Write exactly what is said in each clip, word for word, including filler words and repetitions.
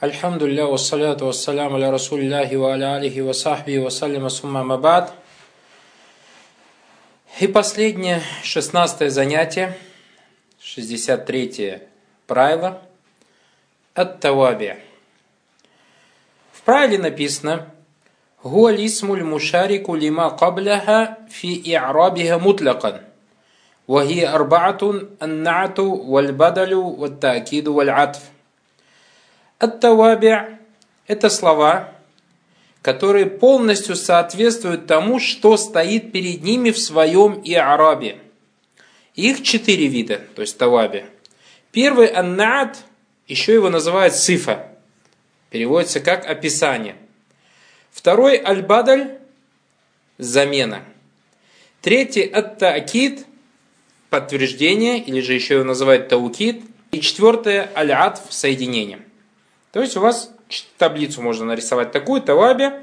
Альхамдулилля, вассаляту вассаляму аля расулиллахи ва аля алихи ва сахбихи ва саллима сумма мабад. И последнее, шестнадцатое занятие, шестьдесят третье правило ат-таваби. В правиле написано: «Гуа лисмуль мушарику лима кабляха фи и'рабиха мутлакан, ва хия арбаатун ан-на'ту валь-бадалю ват-та'киду валь-атф». Ат-таваби – это слова, которые полностью соответствуют тому, что стоит перед ними в своем и'рабе. Их четыре вида, то есть таваби. Первый ан-на'т, еще его называют сифа, переводится как описание. Второй аль-бадаль – замена. Третий ат-та'кид – подтверждение, или же еще его называют таукид. И четвертое аль-атф – соединение. То есть у вас таблицу можно нарисовать такую, таваби.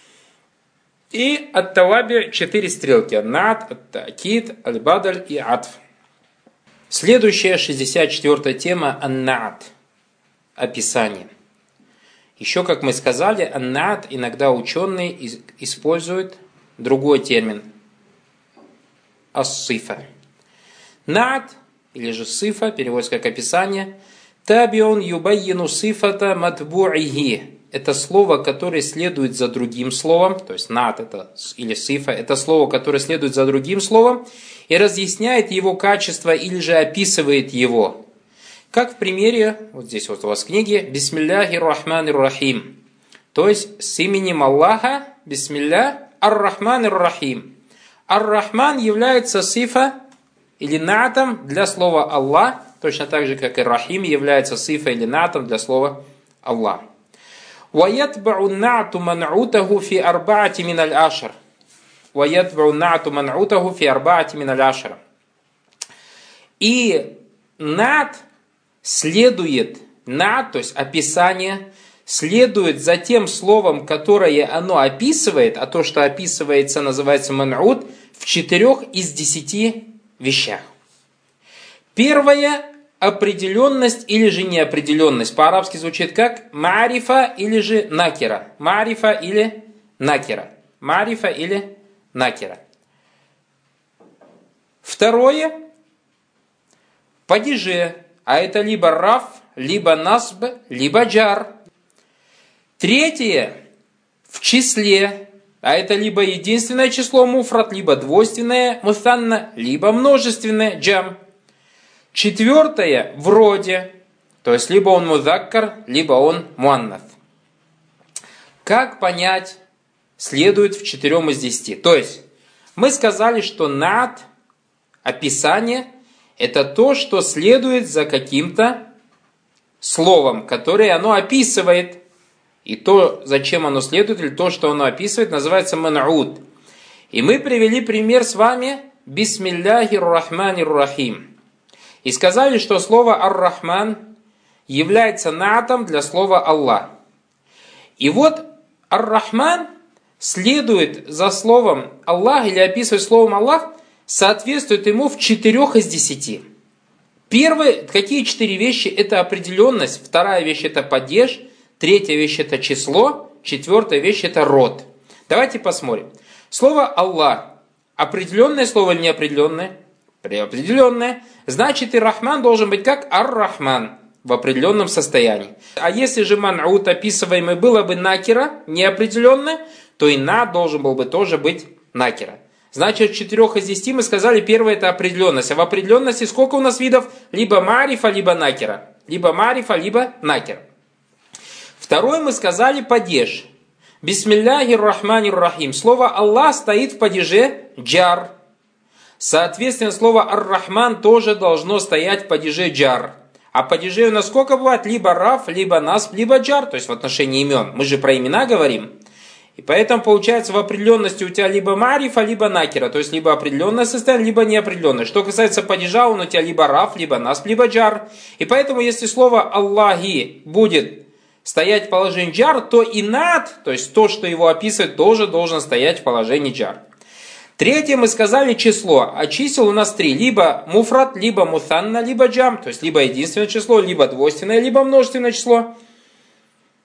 И от таваби четыре стрелки. Ан-на'т, ат-та'кид, аль-бадаль и атф. Следующая, шестьдесят четвёртая тема, ан-на'т. Описание. Еще, как мы сказали, ан-на'т иногда ученые используют другой термин. Ас-сифа. На'т, или же сифа, переводится как описание. Табион юбайину сифата матбу'ихи. Это слово, которое следует за другим словом, то есть нат это или сифа, это слово, которое следует за другим словом и разъясняет его качество или же описывает его. Как в примере, вот здесь вот у вас в книге, бисмилляхи рахманир рахим. То есть с именем Аллаха, бисмилля, ар-рахманир рахим. Ар-рахман является сифа или натом для слова Аллах, точно так же, как и Рахим является сифой или натом для слова Аллах. وَيَتْبَعُ النَّعْتُ مَنْعُوتَهُ فِي أَرْبَعَةِ مِنَ الْعَشْرِ وَيَتْبَعُ النَّعْتُ مَنْعُوتَهُ فِي أَرْبَعَةِ مِنَ الْعَشْرِ. И нат следует, нат, то есть описание, следует за тем словом, которое оно описывает, а то, что описывается, называется ман'ут, в четырех из десяти вещах. Первое – определенность или же неопределенность. По-арабски звучит как марифа или же накера. Марифа или накера. Марифа или накера. Второе – падеже, а это либо раф, либо насб, либо джар. Третье – в числе, а это либо единственное число муфрат, либо двойственное мустанна, либо множественное джам. Четвертое – вроде, то есть либо он мудаккар, либо он муаннат. Как понять, следует в четырем из десяти. То есть мы сказали, что нат, описание, это то, что следует за каким-то словом, которое оно описывает. И то, зачем оно следует, или то, что оно описывает, называется ман'ут. И мы привели пример с вами бисмилляхир рахманир рахим. И сказали, что слово ар-рахман является натом для слова Аллах. И вот ар-рахман следует за словом Аллах или описывает словом Аллах, соответствует ему в четырех из десяти. Первые, какие четыре вещи? Это определенность, вторая вещь это падеж, третья вещь это число, четвертая вещь это род. Давайте посмотрим. Слово Аллах определенное слово или неопределенное? Определенное. Значит, и рахман должен быть как ар-рахман в определенном состоянии. А если же ман'ут описываемый было бы накера, неопределенное, то и на должен был бы тоже быть накера. Значит, в четырех из десяти мы сказали, первое это определенность. А в определенности сколько у нас видов? Либо марифа, либо накера. Либо марифа, либо накера. Второе мы сказали падеж. Бисмилляхир рахманир рахим. Слово Аллах стоит в падеже джар. Соответственно, слово ар-рахман тоже должно стоять в падеже джар. А падеже у нас сколько бывает? Либо раф, либо насб, либо джар. То есть в отношении имен. Мы же про имена говорим. И поэтому получается в определенности у тебя либо марифа, либо накера. То есть либо определенное состояние, либо неопределенное. Что касается падежа, он у тебя либо раф, либо насб, либо джар. И поэтому если слово Аллахи будет стоять в положении джар, то и над, то есть то, что его описывает, тоже должен стоять в положении джар. Третье мы сказали число, а чисел у нас три. Либо муфрат, либо мутанна, либо джам. То есть либо единственное число, либо двойственное, либо множественное число.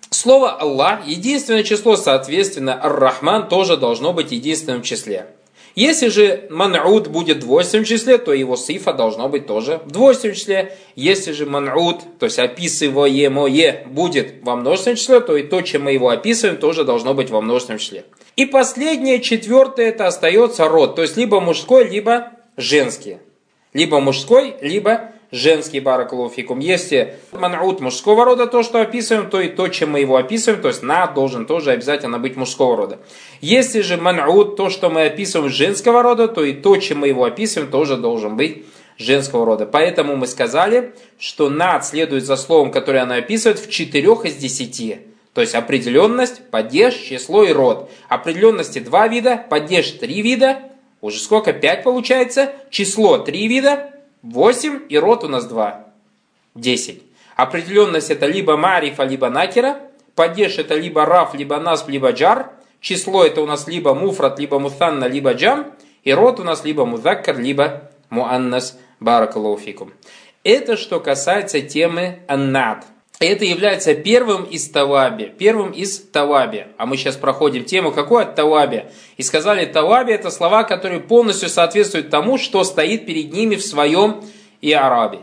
Слово Аллах, единственное число, соответственно, Ар-Рахман тоже должно быть в единственном числе. Если же ман'уд будет в двойственном числе, то его сифа должно быть тоже в двойственном числе. Если же ман'уд, то есть описываемое, будет во множественном числе, то и то, чем мы его описываем, тоже должно быть во множественном числе. И последнее, четвертое, это остается род, то есть либо мужской, либо женский. Либо мужской, либо женский, баракаллаху фикум. Если ман'уд мужского рода, то, что описываем, то и то, чем мы его описываем, то есть на должен тоже обязательно быть мужского рода. Если же ман'уд, то, что мы описываем женского рода, то и то, чем мы его описываем, тоже должен быть женского рода. Поэтому мы сказали, что над следует за словом, которое она описывает, в четырех из десяти. То есть определенность, падеж, число и род. Определенности два вида, падеж три вида. Уже сколько? пять получается. Число три вида. восемь и род у нас два. десять. Определенность это либо марифа, либо накера. Падеж это либо раф, либо насб, либо джар. Число это у нас либо муфрат, либо мутанна, либо джам. И род у нас либо музаккар, либо муаннас. Баракаллаху фикум. Это что касается темы аннад. Это является первым из таваби. Первым из таваби. А мы сейчас проходим тему, какой от таваби. И сказали, таваби это слова, которые полностью соответствуют тому, что стоит перед ними в своем иарабе.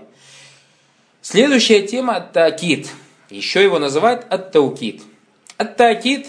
Следующая тема ат-таакид. Еще его называют ат-таукид. Ат-таакид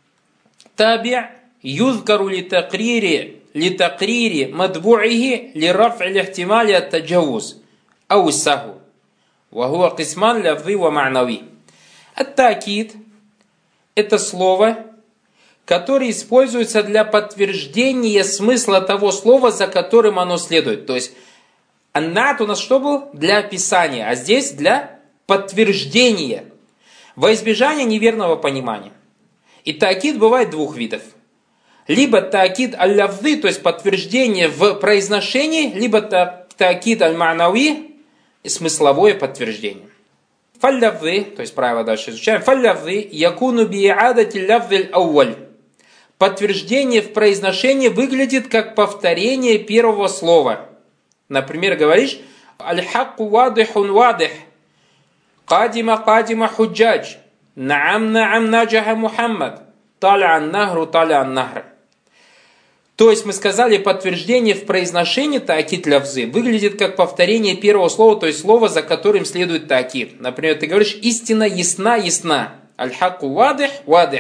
таби' юзкару литакрири литакрири мадбу'ихи лираф'и лихтимали ат-таджавуз ау саху. Вахуа кисман лявды ва ма'нави. Ат-таакид это слово, которое используется для подтверждения смысла того слова, за которым оно следует. То есть аннат у нас что был? Для описания, а здесь для подтверждения. Во избежание неверного понимания. И таакид бывает двух видов. Либо таакид аль-лавды, то есть подтверждение в произношении, либо таакид аль-ма'нави, смысловое подтверждение. Фаллавды, то есть правило дальше изучаем. Фаллавды якуну би'адати лавдиль ауаль. Подтверждение в произношении выглядит как повторение первого слова. Например, говоришь аль-хакку вадихун вадих. Кадима кадима худжадж. Наам наам наджаха Мухаммад. Таля ан-нахру таля ан-нахр. То есть мы сказали, подтверждение в произношении таакид лавзы выглядит как повторение первого слова, то есть слова, за которым следует таакид. Например, ты говоришь истина ясна, ясна. Аль-хакку вадих, вадих.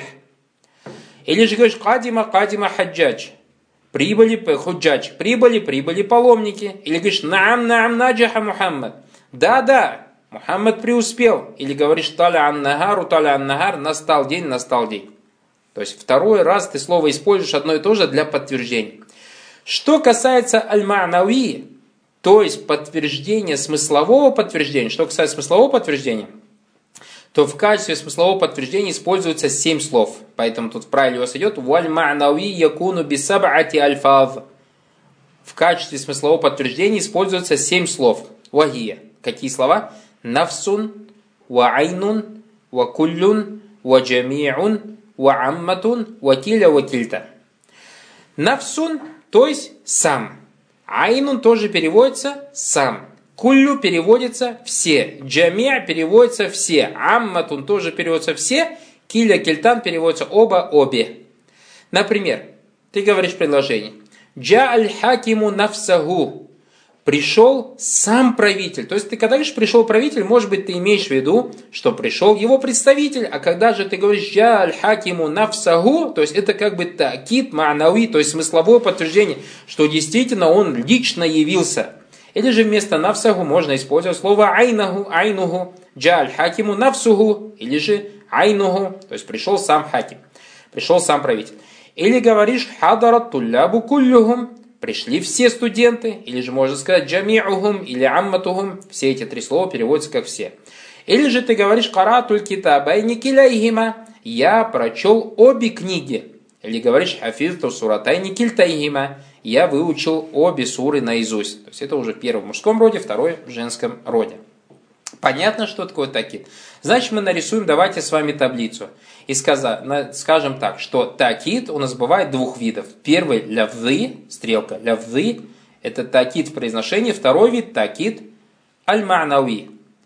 Или же говоришь кадима, кадима хаджадж. Прибыли худжадж. Прибыли, прибыли паломники. Или говоришь наам, наам наджаха Мухаммад. Да, да, Мухаммад преуспел. Или говоришь таля ан-нахару, таля ан-нахар. Настал день, настал день. То есть второй раз ты слово используешь одно и то же для подтверждения. Что касается аль-ма'нави, то есть подтверждения, смыслового подтверждения, что касается смыслового подтверждения, то в качестве смыслового подтверждения используется семь слов. Поэтому тут в правиле у вас идет «Валь-ма'нави якуну бисаб'ати альфаз». В качестве смыслового подтверждения используется семь слов. Вахия. Какие слова? Нафсун, ва айнун, ва куллюн, ва джами'ун, ва амматун, ва киля, ва кильта. Нафсун, то есть сам. Айнун тоже переводится сам. Куллю переводится все. Джами'а переводится все. Амматун тоже переводится все. Киля, кильтан переводится оба, обе. Например, ты говоришь предложение. Джа аль-хакиму нафсаху. Пришел сам правитель. То есть ты когда говоришь пришел правитель, может быть ты имеешь в виду, что пришел его представитель. А когда же ты говоришь джа аль-хакиму нафсаху, то есть это как бы таакид ма'нави, то есть смысловое подтверждение, что действительно он лично явился. Или же вместо нафсаху можно использовать слово айнаху, айнуху, джа аль-хакиму нафсуху, или же айнуху, то есть пришел сам хаким, пришел сам правитель. Или говоришь хадарат туллябу куллюхум, пришли все студенты, или же можно сказать джами'ухум или амматухум, все эти три слова переводятся как все. Или же ты говоришь каратуль китабайни киляйхима, я прочел обе книги. Или говоришь хафизту суратайни кильтайхима, я выучил обе суры наизусть. То есть это уже первый в мужском роде, второй в женском роде. Понятно, что такое таакид? Значит, мы нарисуем, давайте с вами таблицу. И скажем так, что таакид у нас бывает двух видов. Первый лявзы, стрелка лявзы, это таакид в произношении. Второй вид таакид аль-ма'нави.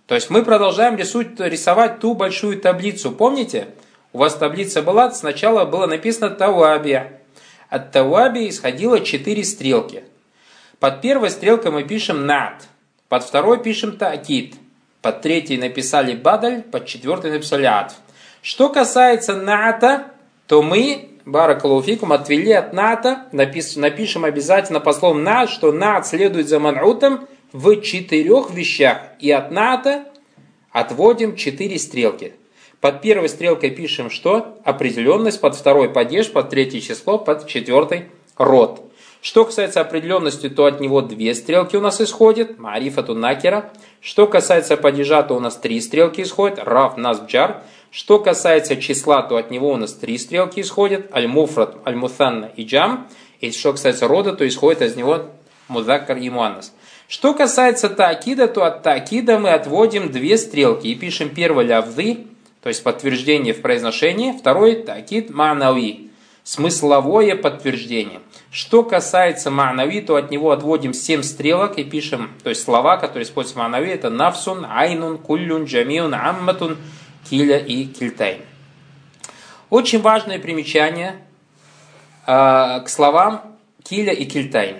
То есть мы продолжаем рисовать, рисовать ту большую таблицу. Помните? У вас таблица была, сначала было написано таваби. От таваби исходило четыре стрелки. Под первой стрелкой мы пишем нат. Под второй пишем та'кид. Под третьей написали бадаль, под четвертой написали атф. Что касается ната, то мы, баракаллаху фикум, отвели от ната, напис, напишем обязательно по словам нат, что нат следует за ман'утом в четырех вещах. И от ната отводим четыре стрелки. Под первой стрелкой пишем что? Определенность, под второй падеж, под третье число, под четвертой род. Что касается определенности, то от него две стрелки у нас исходят, марифату накера. Что касается падежа, то у нас три стрелки исходят, раф, насб, джар. Что касается числа, то от него у нас три стрелки исходят, аль-муфрат, аль-мутанна и джам. И что касается рода, то исходит из него мудаккар и муаннас. Что касается та'кида, то от та'кида мы отводим две стрелки и пишем первый лявзы, то есть подтверждение в произношении, второй та'кид ма'науи, смысловое подтверждение. Что касается ма'нави, то от него отводим семь стрелок и пишем, то есть слова, которые используются ма'нави, это нафсун, айнун, куллюн, джамиун, амматун, киля и кильтай. Очень важное примечание э, к словам киля и кильтай.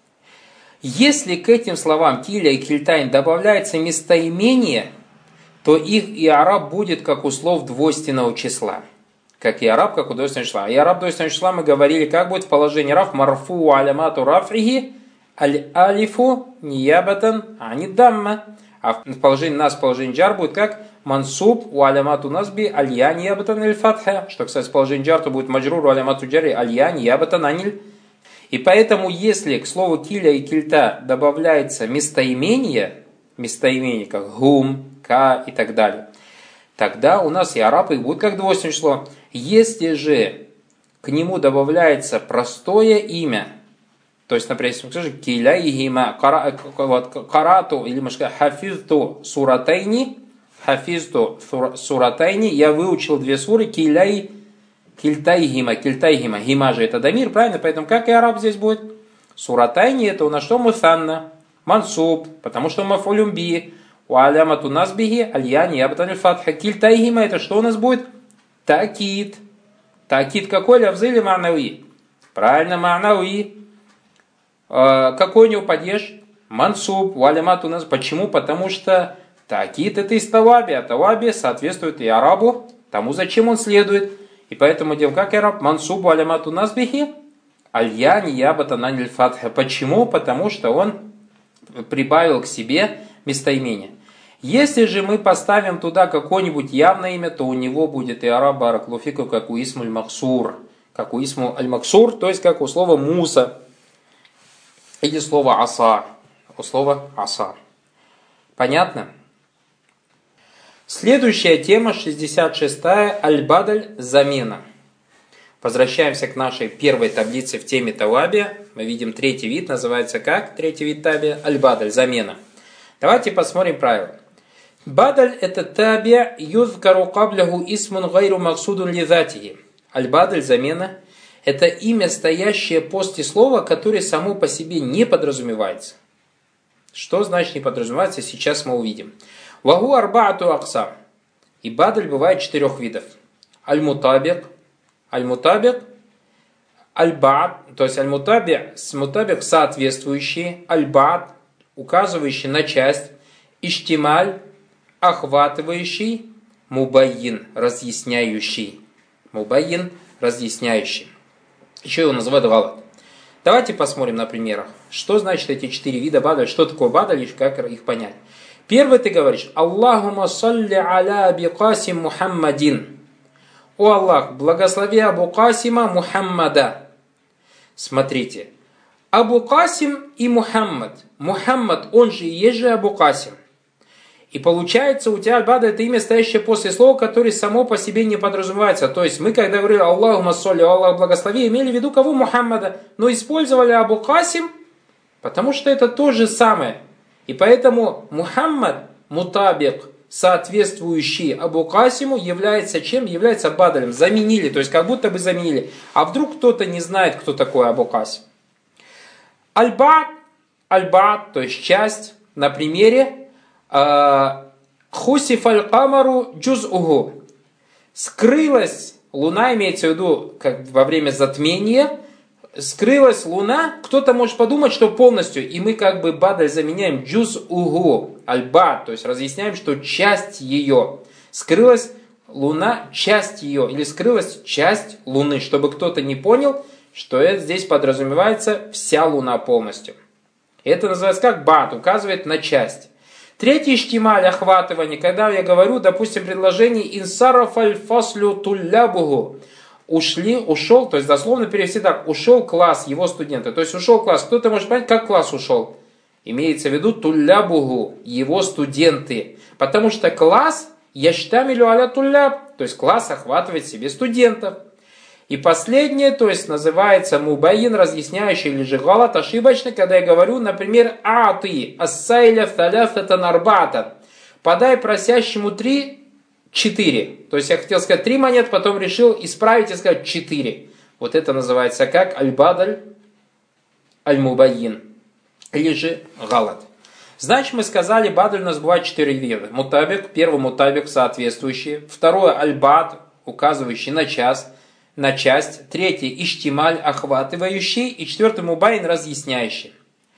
Если к этим словам киля и кильтай добавляется местоимение, то их иараб будет как у слов двойственного числа. Как иараб, как у двойственного числа. Иараб двойственного числа мы говорили, как будет в положении раф, марфу алямату рафрихи, аль-алифу ниябатан ани дамма. А в положении нас, в положении джар будет как мансуб у алямату насби аль-я ниябатан аль-фатха. Что, кстати, в положении джар, то будет маджрур у алямату джари аль-я ниябатан аниль. И поэтому, если к слову киля и кильта добавляется местоимение, местоимение как гум, ка и так далее, тогда у нас и араб их будет как двойственное число. Если же к нему добавляется простое имя, то есть, например, если мы скажем киля и гима, карату или хафизту суратайни, хафизту суратайни, я выучил две суры киля и кильтайгима, кильтайгима, гима же это дамир, правильно? Поэтому как и араб здесь будет? Суратайни это у нас что? Мусанна, мансуб, потому что мафулюм би, у алямату насбихи, алья ниябатан аль-фатха. Кильтайгима это что у нас будет? Та'кид. Та'кид какой? Лявзы или ма'науи? Правильно, ма'науи. Э, какой у него падеж? Мансуб, у алямату нас. Почему? Потому что та'кид это из таваби, а таваби соответствует и арабу, тому зачем он следует. И поэтому делаем как араб, мансубу алямату насбихи, алья ниябатан аль-фатха. Почему? Потому что он прибавил к себе местоимение. Если же мы поставим туда какое-нибудь явное имя, то у него будет и араб бараклуфику, как у исму аль-максур, как у исму аль-максур, то есть как у слова Муса, или слова аса, у слова аса. Понятно? Следующая тема, шестьдесят шестая, аль-бадаль, замена. Возвращаемся к нашей первой таблице в теме таваби. Мы видим третий вид, называется как? Третий вид таби, аль-бадаль, замена. Давайте посмотрим правила. Бадаль это таби юзкару кабляху исмун гайру максудун лизатихи. Аль-бадаль, замена, это имя, стоящее после слова, которое само по себе не подразумевается. Что значит не подразумевается, сейчас мы увидим. Вагу арбаату аксам. И бадаль бывает четырех видов. Аль-мутабик, аль-мутабик, аль-баат, то есть аль-мутабик, мутабик соответствующий, аль-баат, указывающий на часть, иштималь, охватывающий, мубайин, разъясняющий. Мубайин, разъясняющий. Еще его называют галат. Давайте посмотрим на примерах. Что значит эти четыре вида бадаль, что такое бадаль и как их понять. Первый ты говоришь, Аллахума салли аля Аби Касим Мухаммадин. О Аллах, благослови Абу Касима Мухаммада. Смотрите, Абу Касим и Мухаммад. Мухаммад, он же и есть же Абу Касим. И получается у тебя аль-бада это имя, стоящее после слова, которое само по себе не подразумевается. То есть мы, когда говорили Аллахума салли, Аллах благослови, имели в виду кого? Мухаммада. Но использовали Абу Касим, потому что это то же самое. И поэтому Мухаммад, мутабик, соответствующий Абу Касиму, является чем? Является бадалем. Заменили, то есть как будто бы заменили. А вдруг кто-то не знает, кто такой Абу Касим? Аль-бад, аль-бад, то есть часть, на примере Хусифаль камару джуз'уху. Скрылась луна, имеется в виду, как во время затмения, скрылась луна, кто-то может подумать, что полностью, и мы как бы бадаль заменяем джуз'уху, аль-бад, то есть разъясняем, что часть ее. Скрылась луна, часть ее, или скрылась часть луны, чтобы кто-то не понял, что это здесь подразумевается вся луна полностью. Это называется как бад, указывает на часть. Третий штималь, охватывание, когда я говорю, допустим, предложение инсарафаль фаслю туллябуху. Ушли, ушел, то есть дословно перевести так, ушел класс его студента. То есть ушел класс, кто-то может понять, как класс ушел. Имеется в виду туллябуху, его студенты. Потому что класс яштамилю аля тулляб, то есть класс охватывает в себе студентов. И последнее, то есть называется мубайин, разъясняющий или же галат, ошибочно, когда я говорю, например, аты, ассайля таляфатан арбатан, подай просящему три, четыре. То есть я хотел сказать три монет, потом решил исправить и сказать четыре. Вот это называется как аль-бадаль аль-мубайин, или же галат. Значит, мы сказали, бадаль у нас бывает четыре вида. Мутабик, первый мутабик соответствующий, второе аль-бад, указывающий на час, на часть, третий иштималь, охватывающий, и четвертый мубайн, разъясняющий.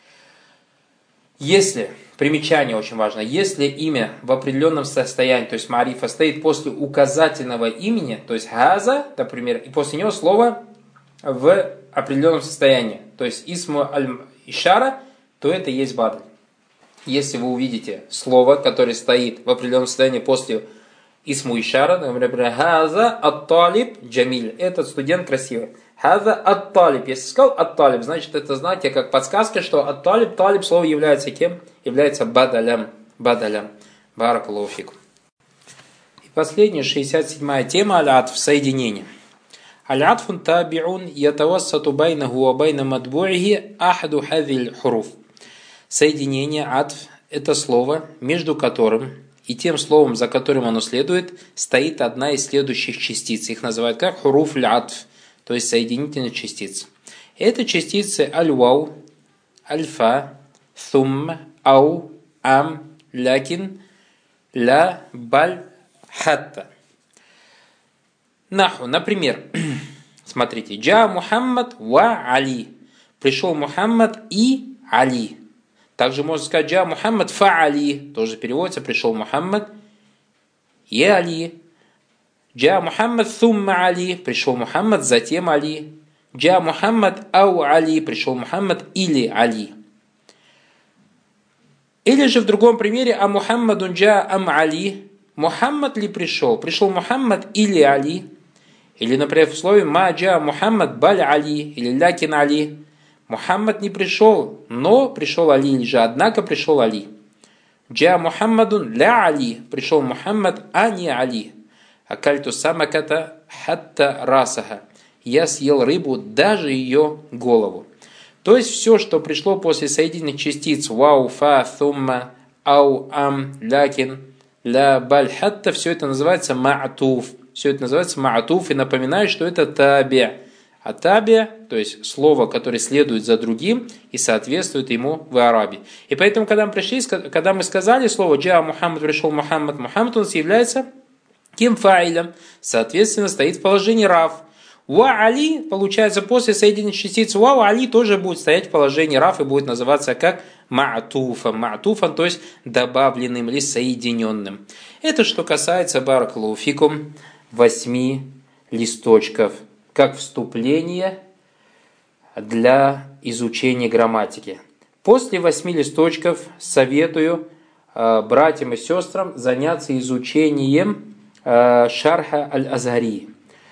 Если, примечание очень важно, если имя в определенном состоянии, то есть марифа, стоит после указательного имени, то есть газа, например, и после него слово в определенном состоянии, то есть исму аль-ишара, то это есть бадаль. Если вы увидите слово, которое стоит в определенном состоянии после исму ишара, например, хаза ат-талиб джамиль, этот студент красивый. Хаза ат-талиб, если сказал ат-талиб, значит это, знаете, как подсказка, что ат-талиб, талиб слово является кем? Является бадалям, бадалям. Баракаллаху фикум. И последняя, шестьдесят седьмая тема, аль-атф, соединение. Аль-атфун табиун ятавассату байнаху ва байна мадбуихи ахаду хазиль хуруф. Соединение, атф, это слово, между которым и тем словом, за которым оно следует, стоит одна из следующих частиц. Их называют как хуруф аль-атф, то есть соединительные частицы. Это частицы аль-вау, аль-фа, thumma, ау, ам, лякин, ла, баль, хатта. Наху, например, смотрите, джа Мухаммад ва Али. Пришел Мухаммад и Али. Также можно сказать джа Мухаммад фа Али. Тоже переводится, пришел Мухаммад и Али. Джа Мухаммад thumma Али. Пришел Мухаммад, затем Али. Джа Мухаммад ау Али. Пришел Мухаммад или Али. Или же в другом примере, а Мухаммадун джа ам Али. Мухаммад ли пришел? Пришел Мухаммад или Али? Или, например, в слове ма джа Мухаммад баль Али. Или лякин Али. Мухаммад не пришел, но пришел Али, или же однако пришел Али. Джа Мухаммадун ля Али. Пришел Мухаммад, а не Али. Акальту самаката хатта расаха. Я съел рыбу, даже ее голову. То есть все, что пришло после соединенных частиц вау, фа, thumma, ау, ам, лякин, ля, баль, хатта, все это называется ма'туф. Все это называется ма'туф, и напоминаю, что это таби. А таби, то есть слово, которое следует за другим и соответствует ему в арабе. И поэтому, когда мы пришли, когда мы сказали слово джа Мухаммад, пришел Мухаммад, Мухаммад, он является кем фаилем, соответственно, стоит в положении раф. Ва Али, получается, после соединения частиц ва Али тоже будет стоять в положении раф и будет называться как ма'туфом. Ма'туфом, то есть добавленным или соединенным. Это что касается, баракаллаху фикум, восьми листочков, как вступление для изучения грамматики. После восьми листочков советую э, братьям и сестрам заняться изучением э, шарха аль-Азгари.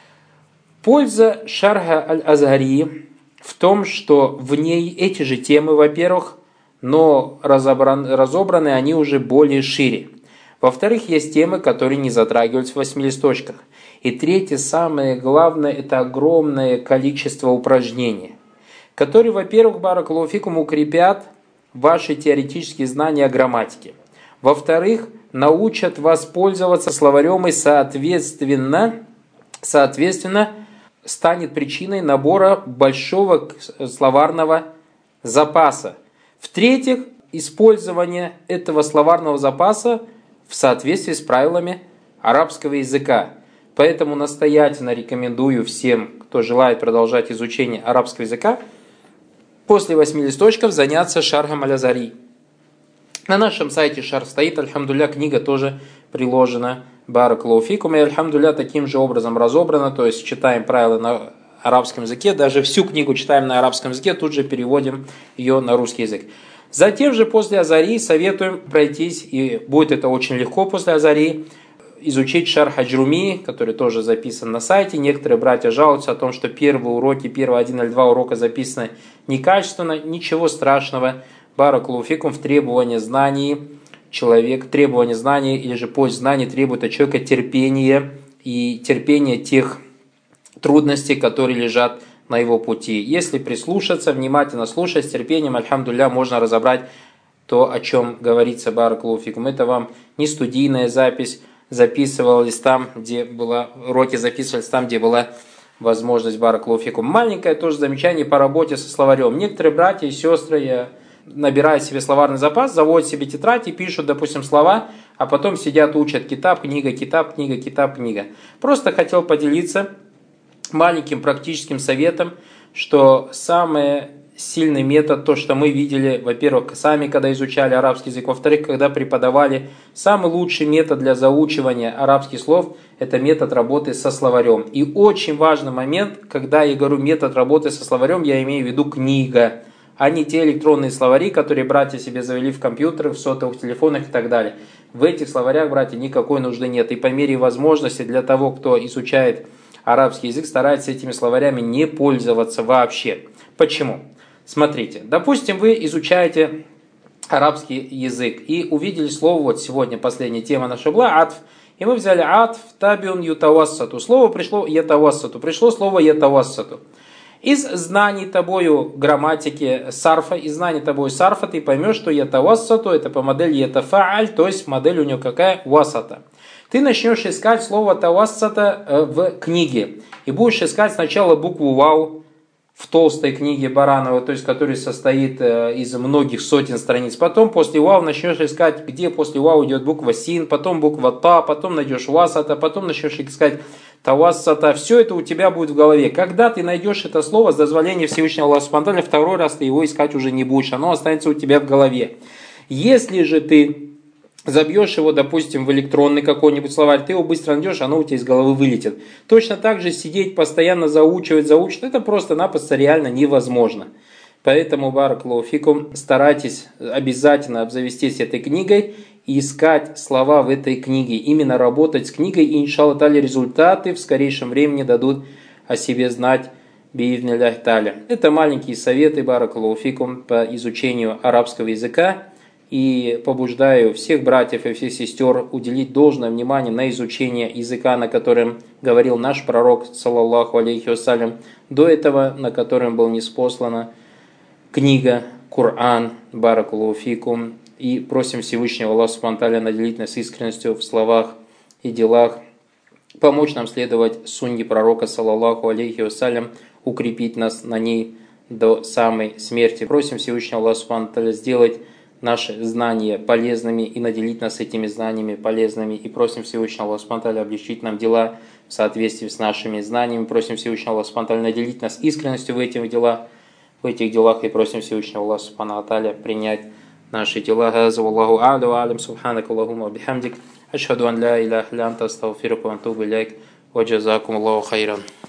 Польза шарха аль-Азгари в том, что в ней эти же темы, во-первых, но разобраны, разобраны они уже более шире. Во-вторых, есть темы, которые не затрагиваются в восьми листочках. И третье, самое главное, это огромное количество упражнений, которые, во-первых, баракаллаху фикум, укрепят ваши теоретические знания о грамматике. Во-вторых, научат вас пользоваться словарем и, соответственно, соответственно, станет причиной набора большого словарного запаса. В-третьих, использование этого словарного запаса в соответствии с правилами арабского языка. Поэтому настоятельно рекомендую всем, кто желает продолжать изучение арабского языка, после восьми листочков заняться шархом аль-Азари. На нашем сайте шарх стоит, альхамдулля, книга тоже приложена, баракаллаху фикум, и альхамдулля таким же образом разобрана, то есть читаем правила на арабском языке, даже всю книгу читаем на арабском языке, тут же переводим ее на русский язык. Затем же после Азари советуем пройтись, и будет это очень легко после Азари, изучить шарх Аджруми, который тоже записан на сайте. Некоторые братья жалуются о том, что первые уроки, первые один или два урока записаны некачественно. Ничего страшного. Баракаллаху фикум, в требовании знаний человек, требование знаний или же поиск знаний требует от человека терпения и терпения тех трудностей, которые лежат на его пути. Если прислушаться, внимательно слушать, с терпением, альхамдулилля, можно разобрать то, о чем говорится, баракаллаху фикум. Это вам не студийная запись, записывались там, где была, уроки записывались там, где была возможность, баракаллаху фикум. Маленькое тоже замечание по работе со словарем. Некоторые братья и сестры набирают себе словарный запас, заводят себе тетрадь и пишут, допустим, слова, а потом сидят, учат китаб, книга, китаб, книга, китаб, книга. Просто хотел поделиться маленьким практическим советом, что самый сильный метод, то, что мы видели, во-первых, сами, когда изучали арабский язык, во-вторых, когда преподавали, самый лучший метод для заучивания арабских слов – это метод работы со словарем. И очень важный момент, когда я говорю метод работы со словарем, я имею в виду книга, а не те электронные словари, которые братья себе завели в компьютерах, в сотовых телефонах и так далее. В этих словарях, братья, никакой нужды нет. И по мере возможности для того, кто изучает арабский язык, старается этими словарями не пользоваться вообще. Почему? Смотрите, допустим, вы изучаете арабский язык и увидели слово, вот сегодня последняя тема наша была, атф, и мы взяли атф, табиун, ютавассату. Слово пришло ятавассату, пришло слово ятавассату. Из знаний тобою грамматики сарфа, из знаний тобою сарфа ты поймешь, что ятавассату это по модели ятафааль, то есть модель у него какая? Васата. Ты начнешь искать слово тавассата в книге и будешь искать сначала букву вау в толстой книге Баранова, то есть который состоит из многих сотен страниц. Потом после вау начнешь искать, где после вау идет буква син, потом буква та, потом найдешь васата, потом начнешь искать тавассата. Все это у тебя будет в голове. Когда ты найдешь это слово, с дозволения Всевышнего Аллаха субхану ва тааля, второй раз ты его искать уже не будешь, оно останется у тебя в голове. Если же ты забьешь его, допустим, в электронный какой-нибудь словарь, ты его быстро найдешь, оно у тебя из головы вылетит. Точно так же сидеть, постоянно заучивать, заучивать, это просто-напросто реально невозможно. Поэтому, баракаллаху фикум, старайтесь обязательно обзавестись этой книгой и искать слова в этой книге. Именно работать с книгой, и, иншаллах та'аля, результаты в скорейшем времени дадут о себе знать, би'идниллахи та'аля. Это маленькие советы, баракаллаху фикум, по изучению арабского языка. И побуждаю всех братьев и всех сестер уделить должное внимание на изучение языка, на котором говорил наш пророк, саллаллаху алейхи вассалям, до этого, на котором была ниспослана книга, Коран, баракаллаху фикум. И просим Всевышнего Аллаха субхану ва тааля наделить нас искренностью в словах и делах, помочь нам следовать сунне пророка, саллаллаху алейхи вассалям, укрепить нас на ней до самой смерти. Просим Всевышнего Аллаха субхану ва тааля сделать наши знания полезными и наделить нас этими знаниями полезными. И просим Всевышнего Аллаха субхану ва тааля облегчить нам дела в соответствии с нашими знаниями. Просим Всевышнего Аллаха субхану ва тааля наделить нас искренностью в этих делах, в этих делах. И просим Всевышнего Аллаха субхану ва тааля принять наши дела. Хаза валлаху а'ля ва а'лям, субханак аллахумма ва бихамдик, ашхаду ан ла иляха илля анта, астагфирука ва атубу иляйк, ва джазакум Аллаху хайран.